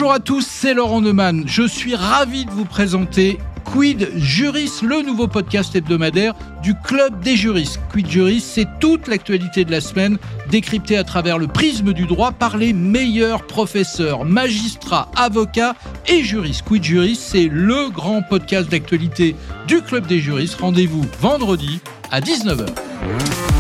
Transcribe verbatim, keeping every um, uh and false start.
Bonjour à tous, c'est Laurent Neumann. Je suis ravi de vous présenter Quid Juris, le nouveau podcast hebdomadaire du Club des juristes. Quid Juris, c'est toute l'actualité de la semaine décryptée à travers le prisme du droit par les meilleurs professeurs, magistrats, avocats et juristes. Quid Juris, c'est le grand podcast d'actualité du Club des juristes. Rendez-vous vendredi à dix-neuf heures.